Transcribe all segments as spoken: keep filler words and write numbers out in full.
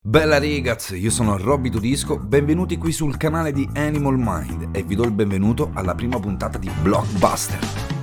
Bella ragazzi, io sono Robby Tudisco, benvenuti qui sul canale di Animal Mind e vi do il benvenuto alla prima puntata di Blockbuster.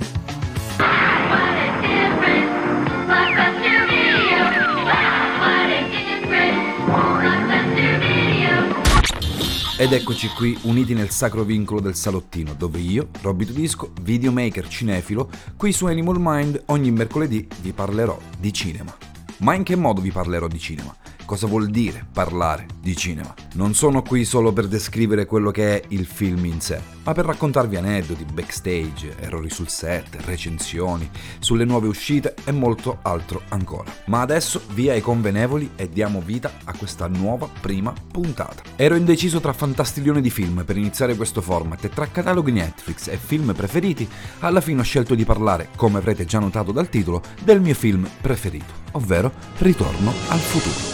Ed eccoci qui, uniti nel sacro vincolo del salottino, dove io, Robby Tudisco, videomaker cinefilo, qui su Animal Mind ogni mercoledì vi parlerò di cinema. Ma in che modo vi parlerò di cinema? Cosa vuol dire parlare di cinema? Non sono qui solo per descrivere quello che è il film in sé, ma per raccontarvi aneddoti, backstage, errori sul set, recensioni, sulle nuove uscite e molto altro ancora. Ma adesso via ai convenevoli e diamo vita a questa nuova prima puntata. Ero indeciso tra fantastiglione di film per iniziare questo format e tra cataloghi Netflix e film preferiti, alla fine ho scelto di parlare, come avrete già notato dal titolo, del mio film preferito, ovvero Ritorno al futuro.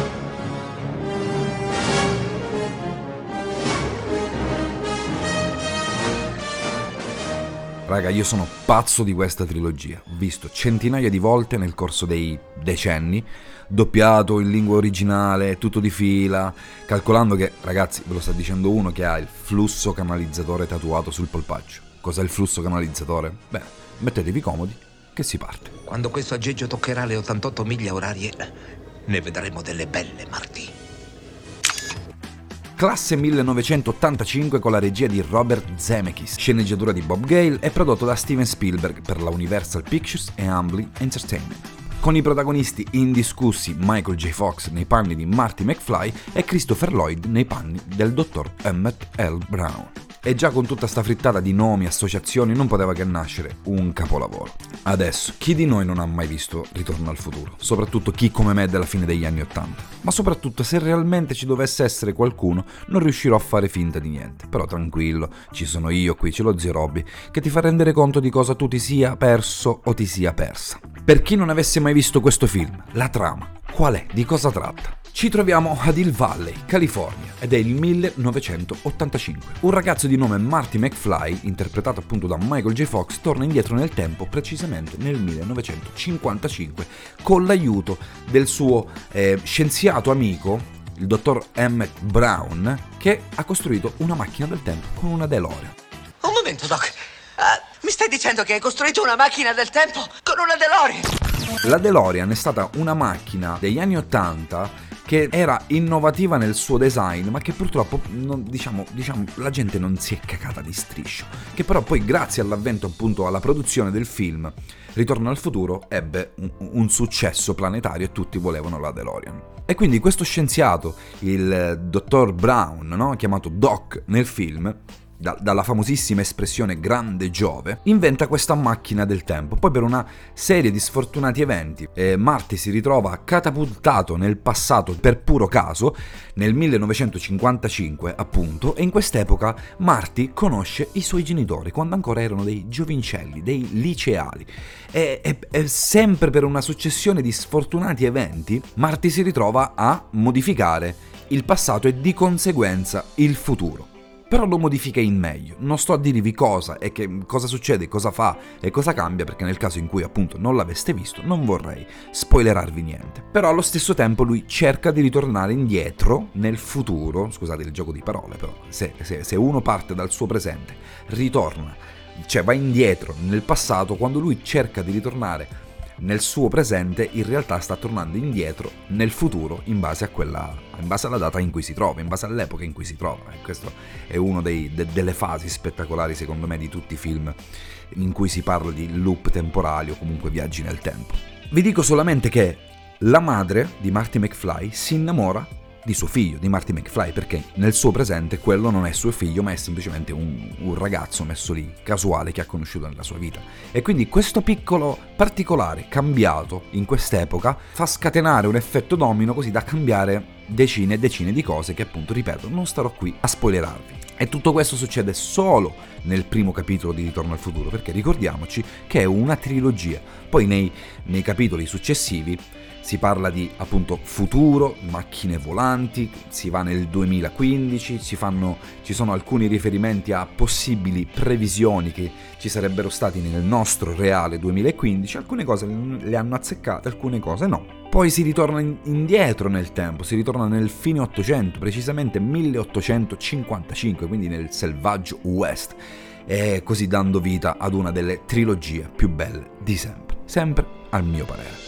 Raga, io sono pazzo di questa trilogia, ho visto centinaia di volte nel corso dei decenni, doppiato in lingua originale, tutto di fila, calcolando che, ragazzi, ve lo sta dicendo uno che ha il flusso canalizzatore tatuato sul polpaccio. Cos'è il flusso canalizzatore? Beh, mettetevi comodi, che si parte. Quando questo aggeggio toccherà le ottantotto miglia orarie, ne vedremo delle belle, Marty. Classe millenovecentottantacinque con la regia di Robert Zemeckis, sceneggiatura di Bob Gale e prodotto da Steven Spielberg per la Universal Pictures e Amblin Entertainment. Con i protagonisti indiscussi Michael J. Fox nei panni di Marty McFly e Christopher Lloyd nei panni del dottor Emmett L. Brown. E già con tutta sta frittata di nomi e associazioni non poteva che nascere un capolavoro. Adesso, chi di noi non ha mai visto Ritorno al futuro? Soprattutto chi come me della fine degli anni Ottanta. Ma soprattutto se realmente ci dovesse essere qualcuno, non riuscirò a fare finta di niente. Però tranquillo, ci sono io qui, c'è lo zio Robby, che ti fa rendere conto di cosa tu ti sia perso o ti sia persa. Per chi non avesse mai visto questo film, la trama, qual è? Di cosa tratta? Ci troviamo ad Hill Valley, California, ed è il millenovecentottantacinque. Un ragazzo di nome Marty McFly, interpretato appunto da Michael J. Fox, torna indietro nel tempo, precisamente nel millenovecentocinquantacinque, con l'aiuto del suo eh, scienziato amico, il dottor Emmett Brown, che ha costruito una macchina del tempo con una DeLorean. Un momento, Doc. Uh, mi stai dicendo che hai costruito una macchina del tempo con una DeLorean? La DeLorean è stata una macchina degli anni ottanta che era innovativa nel suo design, ma che purtroppo non, diciamo, diciamo la gente non si è cagata di striscio, che però poi grazie all'avvento appunto alla produzione del film Ritorno al futuro ebbe un, un successo planetario e tutti volevano la DeLorean. E quindi questo scienziato, il dottor Brown, no? Chiamato Doc nel film, Da, dalla famosissima espressione grande Giove, inventa questa macchina del tempo. Poi per una serie di sfortunati eventi eh, Marty si ritrova catapultato nel passato per puro caso, nel millenovecentocinquantacinque appunto, e in quest'epoca Marty conosce i suoi genitori quando ancora erano dei giovincelli, dei liceali, e, e, e sempre per una successione di sfortunati eventi Marty si ritrova a modificare il passato e di conseguenza il futuro. Però lo modifica in meglio. Non sto a dirvi cosa e che cosa succede, cosa fa e cosa cambia, perché nel caso in cui appunto non l'aveste visto non vorrei spoilerarvi niente. Però allo stesso tempo lui cerca di ritornare indietro nel futuro, scusate il gioco di parole, però se, se, se uno parte dal suo presente, ritorna, cioè va indietro nel passato, quando lui cerca di ritornare nel suo presente, in realtà sta tornando indietro nel futuro in base a quella, in base alla data in cui si trova, in base all'epoca in cui si trova. E questo è uno dei, de, delle fasi spettacolari secondo me di tutti i film in cui si parla di loop temporali o comunque viaggi nel tempo. Vi dico solamente che la madre di Marty McFly si innamora di suo figlio, di Marty McFly, perché nel suo presente quello non è suo figlio, ma è semplicemente un, un ragazzo messo lì, casuale, che ha conosciuto nella sua vita. E quindi questo piccolo particolare cambiato in quest'epoca fa scatenare un effetto domino così da cambiare decine e decine di cose che appunto, ripeto, non starò qui a spoilerarvi. E tutto questo succede solo nel primo capitolo di Ritorno al futuro, perché ricordiamoci che è una trilogia. Poi nei, nei capitoli successivi si parla di appunto futuro, macchine volanti, si va nel duemilaquindici, ci, fanno, ci sono alcuni riferimenti a possibili previsioni che ci sarebbero stati nel nostro reale duemilaquindici, alcune cose le hanno azzeccate, alcune cose no. Poi si ritorna in, indietro nel tempo, si ritorna nel fine Ottocento, precisamente milleottocentocinquantacinque, quindi nel selvaggio West, e così dando vita ad una delle trilogie più belle di sempre, sempre al mio parere.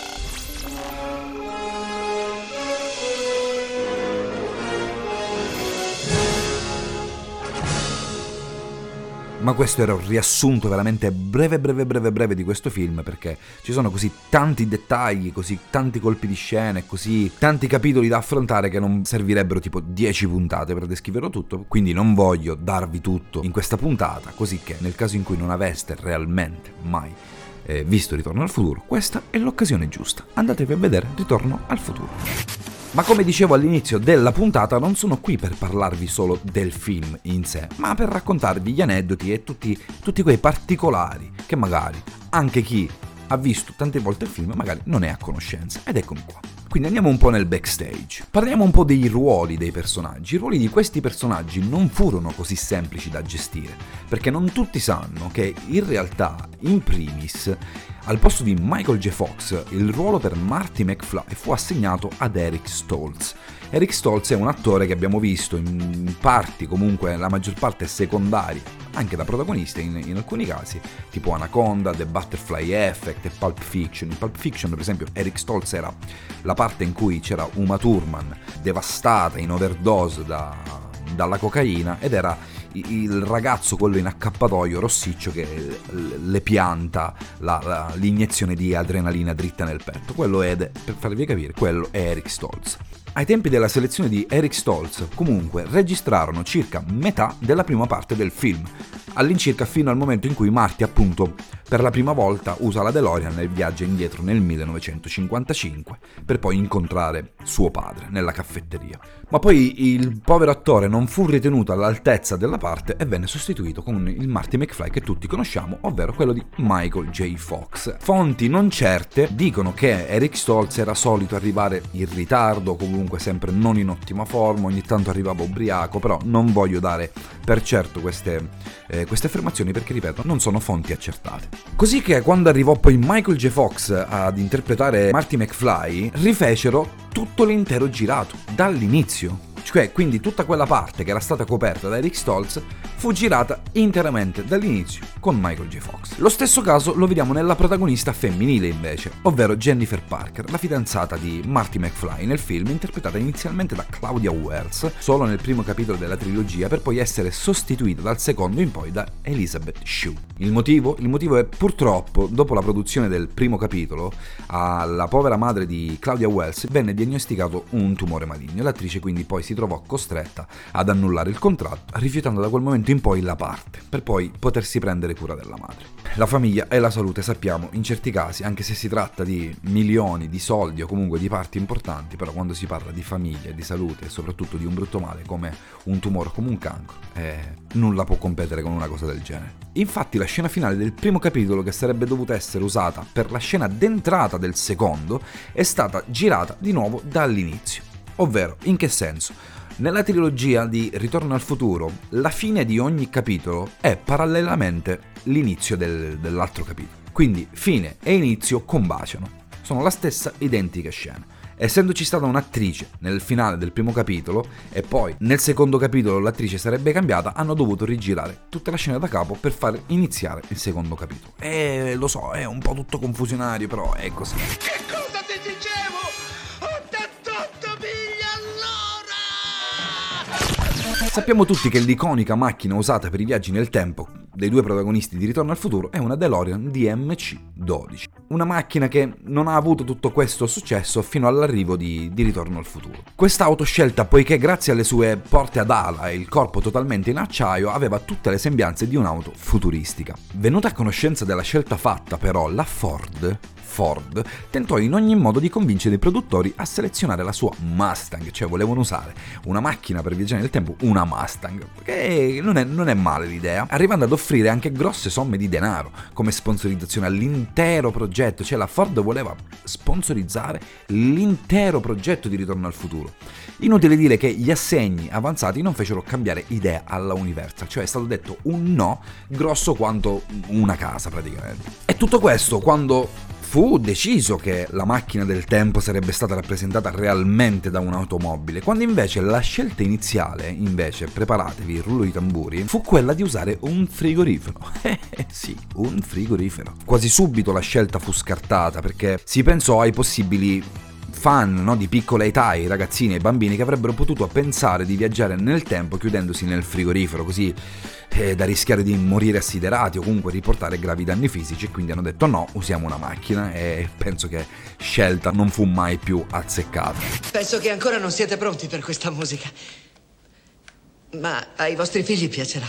Ma questo era un riassunto veramente breve breve breve breve di questo film, perché ci sono così tanti dettagli, così tanti colpi di scena e così tanti capitoli da affrontare che non servirebbero tipo dieci puntate per descriverlo tutto, quindi non voglio darvi tutto in questa puntata, così che nel caso in cui non aveste realmente mai eh, visto Ritorno al futuro, questa è l'occasione giusta, andatevi a vedere Ritorno al futuro. Ma come dicevo all'inizio della puntata, non sono qui per parlarvi solo del film in sé, ma per raccontarvi gli aneddoti e tutti, tutti quei particolari che magari anche chi ha visto tante volte il film magari non è a conoscenza. Ed eccomi qua. Quindi andiamo un po' nel backstage. Parliamo un po' dei ruoli dei personaggi. I ruoli di questi personaggi non furono così semplici da gestire, perché non tutti sanno che in realtà, in primis, al posto di Michael J. Fox, il ruolo per Marty McFly fu assegnato ad Eric Stoltz. Eric Stoltz è un attore che abbiamo visto in parti, comunque la maggior parte secondarie, anche da protagonista in, in alcuni casi, tipo Anaconda, The Butterfly Effect e Pulp Fiction. In Pulp Fiction, per esempio, Eric Stoltz era la parte in cui c'era Uma Thurman devastata in overdose da, dalla cocaina ed era il ragazzo, quello in accappatoio rossiccio, che le pianta la, la, l'iniezione di adrenalina dritta nel petto. Quello è, per farvi capire, quello è Eric Stoltz. Ai tempi della selezione di Eric Stoltz, comunque, registrarono circa metà della prima parte del film, all'incirca fino al momento in cui Marty, appunto, per la prima volta usa la DeLorean e viaggia indietro nel millenovecentocinquantacinque per poi incontrare suo padre nella caffetteria. Ma poi il povero attore non fu ritenuto all'altezza della parte e venne sostituito con il Marty McFly che tutti conosciamo, ovvero quello di Michael J. Fox. Fonti non certe dicono che Eric Stoltz era solito arrivare in ritardo, comunque sempre non in ottima forma, ogni tanto arrivava ubriaco, però non voglio dare per certo queste, eh, queste affermazioni perché, ripeto, non sono fonti accertate. Così che quando arrivò poi Michael J. Fox ad interpretare Marty McFly, rifecero tutto l'intero girato, dall'inizio. Cioè, quindi tutta quella parte che era stata coperta da Eric Stoltz fu girata interamente dall'inizio con Michael J. Fox. Lo stesso caso lo vediamo nella protagonista femminile invece, ovvero Jennifer Parker, la fidanzata di Marty McFly nel film, interpretata inizialmente da Claudia Wells, solo nel primo capitolo della trilogia, per poi essere sostituita dal secondo in poi da Elizabeth Shue. Il motivo? Il motivo è purtroppo, dopo la produzione del primo capitolo, alla povera madre di Claudia Wells venne diagnosticato un tumore maligno. L'attrice quindi poi si trovò costretta ad annullare il contratto, rifiutando da quel momento in poi la parte, per poi potersi prendere cura della madre. La famiglia e la salute, sappiamo, in certi casi, anche se si tratta di milioni di soldi o comunque di parti importanti, però quando si parla di famiglia, di salute e soprattutto di un brutto male come un tumore, come un cancro, eh, nulla può competere con una cosa del genere. Infatti la scena finale del primo capitolo, che sarebbe dovuta essere usata per la scena d'entrata del secondo, è stata girata di nuovo dall'inizio. Ovvero, in che senso? Nella trilogia di Ritorno al futuro, la fine di ogni capitolo è parallelamente l'inizio del, dell'altro capitolo. Quindi fine e inizio combaciano. Sono la stessa identica scena. Essendoci stata un'attrice nel finale del primo capitolo e poi nel secondo capitolo l'attrice sarebbe cambiata, hanno dovuto rigirare tutta la scena da capo per far iniziare il secondo capitolo. E lo so, è un po' tutto confusionario, però è così. Che cosa ti dicevo? ottantotto miglia all'ora! Sappiamo tutti che l'iconica macchina usata per i viaggi nel tempo dei due protagonisti di Ritorno al futuro è una DeLorean D M C dodici. Una macchina che non ha avuto tutto questo successo fino all'arrivo di, di Ritorno al futuro. Questa auto scelta, poiché grazie alle sue porte ad ala e il corpo totalmente in acciaio, aveva tutte le sembianze di un'auto futuristica. Venuta a conoscenza della scelta fatta, però, la Ford Ford tentò in ogni modo di convincere i produttori a selezionare la sua Mustang, cioè volevano usare una macchina per viaggiare nel tempo, una Mustang, che non è, non è male l'idea, arrivando ad offrire anche grosse somme di denaro come sponsorizzazione all'intero progetto, cioè la Ford voleva sponsorizzare l'intero progetto di Ritorno al futuro. Inutile dire che gli assegni avanzati non fecero cambiare idea alla Universal, cioè è stato detto un no grosso quanto una casa praticamente. E tutto questo quando fu deciso che la macchina del tempo sarebbe stata rappresentata realmente da un'automobile, quando invece la scelta iniziale, invece, preparatevi il rullo di tamburi, fu quella di usare un frigorifero. Eh sì, un frigorifero. Quasi subito la scelta fu scartata perché si pensò ai possibili fan, no, di piccola età, i ragazzini e i bambini che avrebbero potuto pensare di viaggiare nel tempo chiudendosi nel frigorifero, così eh, da rischiare di morire assiderati o comunque riportare gravi danni fisici, e quindi hanno detto no, usiamo una macchina, e penso che scelta non fu mai più azzeccata. Penso che ancora non siete pronti per questa musica, ma ai vostri figli piacerà.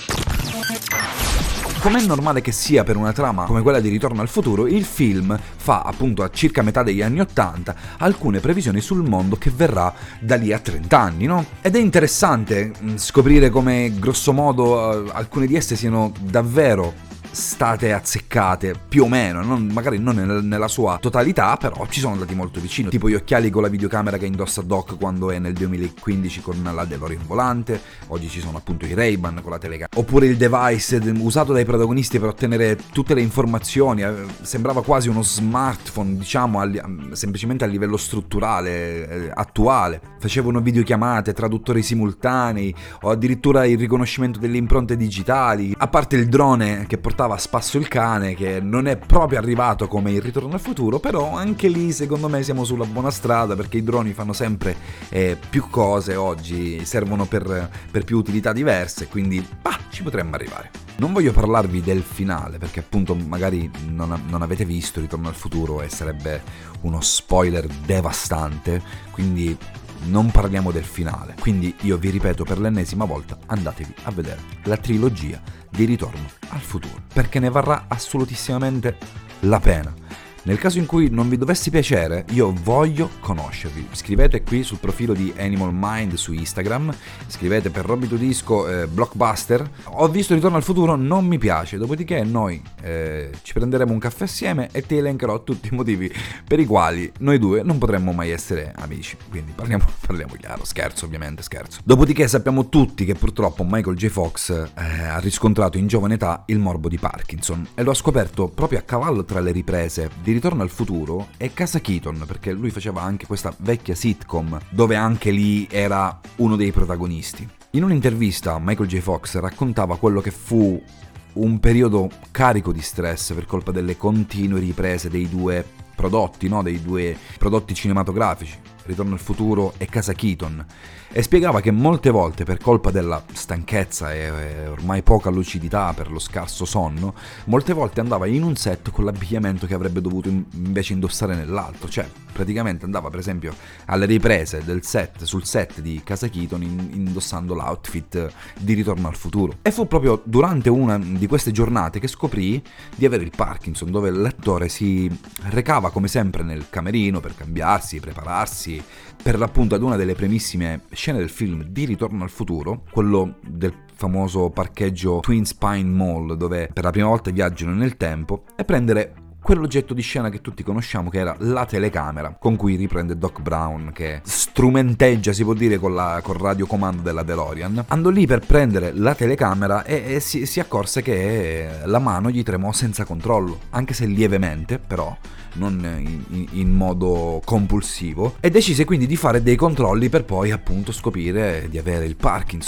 Com'è normale che sia per una trama come quella di Ritorno al futuro, il film fa, appunto a circa metà degli anni ottanta, alcune previsioni sul mondo che verrà da lì a trenta anni, no? Ed è interessante scoprire come, grosso modo, alcune di esse siano davvero state azzeccate, più o meno, non, magari non nel, nella sua totalità, però ci sono andati molto vicino, tipo gli occhiali con la videocamera che indossa Doc quando è nel duemilaquindici con la DeLorean volante, oggi ci sono appunto i Ray-Ban con la telecamera, oppure il device usato dai protagonisti per ottenere tutte le informazioni, sembrava quasi uno smartphone, diciamo, al, semplicemente a livello strutturale, eh, attuale, facevano videochiamate, traduttori simultanei, o addirittura il riconoscimento delle impronte digitali, a parte il drone che portava a spasso il cane, che non è proprio arrivato come il Ritorno al futuro, però anche lì secondo me siamo sulla buona strada, perché i droni fanno sempre eh, più cose oggi, servono per, per più utilità diverse, quindi bah, ci potremmo arrivare. Non voglio parlarvi del finale perché appunto magari non, non avete visto Ritorno al futuro e sarebbe uno spoiler devastante, quindi non parliamo del finale. Quindi io vi ripeto per l'ennesima volta, andatevi a vedere la trilogia di Ritorno al futuro, perché ne varrà assolutissimamente la pena. Nel caso in cui non vi dovessi piacere, io voglio conoscervi. Scrivete qui sul profilo di Animal Mind su Instagram, scrivete per Robby Todisco eh, Blockbuster. Ho visto Ritorno al futuro, non mi piace. Dopodiché noi eh, ci prenderemo un caffè assieme e ti elencherò tutti i motivi per i quali noi due non potremmo mai essere amici. Quindi parliamo, parliamo chiaro, scherzo ovviamente, scherzo. Dopodiché sappiamo tutti che purtroppo Michael J. Fox eh, ha riscontrato in giovane età il morbo di Parkinson e lo ha scoperto proprio a cavallo tra le riprese di Ritorno al futuro e Casa Keaton, perché lui faceva anche questa vecchia sitcom dove anche lì era uno dei protagonisti. In un'intervista Michael J. Fox raccontava quello che fu un periodo carico di stress per colpa delle continue riprese dei due prodotti, no? dei due prodotti cinematografici, Ritorno al futuro e Casa Keaton, e spiegava che molte volte per colpa della stanchezza e ormai poca lucidità per lo scarso sonno, molte volte andava in un set con l'abbigliamento che avrebbe dovuto invece indossare nell'altro, cioè praticamente andava per esempio alle riprese del set, sul set di Casa Keaton in, indossando l'outfit di Ritorno al futuro. E fu proprio durante una di queste giornate che scoprì di avere il Parkinson, dove l'attore si recava come sempre nel camerino per cambiarsi, prepararsi per l'appunto ad una delle primissime scene del film di Ritorno al futuro, quello del famoso parcheggio Twin Spine Mall, dove per la prima volta viaggiano nel tempo, e prendere quell'oggetto di scena che tutti conosciamo, che era la telecamera, con cui riprende Doc Brown, che strumenteggia, si può dire, con la col radiocomando della DeLorean. Andò lì per prendere la telecamera e, e si, si accorse che la mano gli tremò senza controllo, anche se lievemente, però non in, in modo compulsivo, e decise quindi di fare dei controlli per poi appunto scoprire di avere il Parkinson.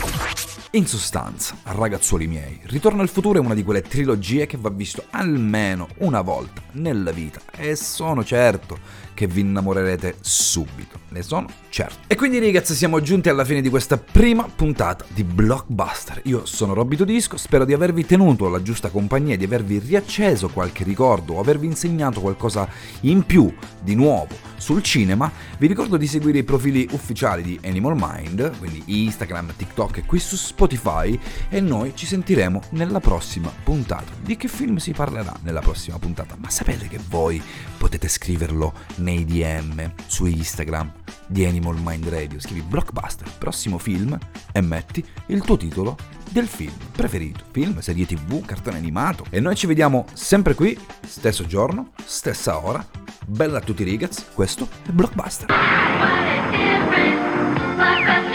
In sostanza, ragazzuoli miei, Ritorno al futuro è una di quelle trilogie che va visto almeno una volta nella vita, e sono certo che vi innamorerete subito, ne sono certo. E quindi ragazzi, siamo giunti alla fine di questa prima puntata di Blockbuster. Io sono Robby Todisco, spero di avervi tenuto la giusta compagnia, di avervi riacceso qualche ricordo o avervi insegnato qualcosa in più, di nuovo, sul cinema. Vi ricordo di seguire i profili ufficiali di Animal Mind, quindi Instagram, TikTok e qui su Spotify, e noi ci sentiremo nella prossima puntata. Di che film si parlerà nella prossima puntata? Ma sapete che voi potete scriverlo nei D M su Instagram di Animal Mind Radio. Scrivi Blockbuster, prossimo film, e metti il tuo titolo del film preferito, film, serie tv, cartone animato. E noi ci vediamo sempre qui, stesso giorno, stessa ora. Bella a tutti ragazzi, questo è Blockbuster.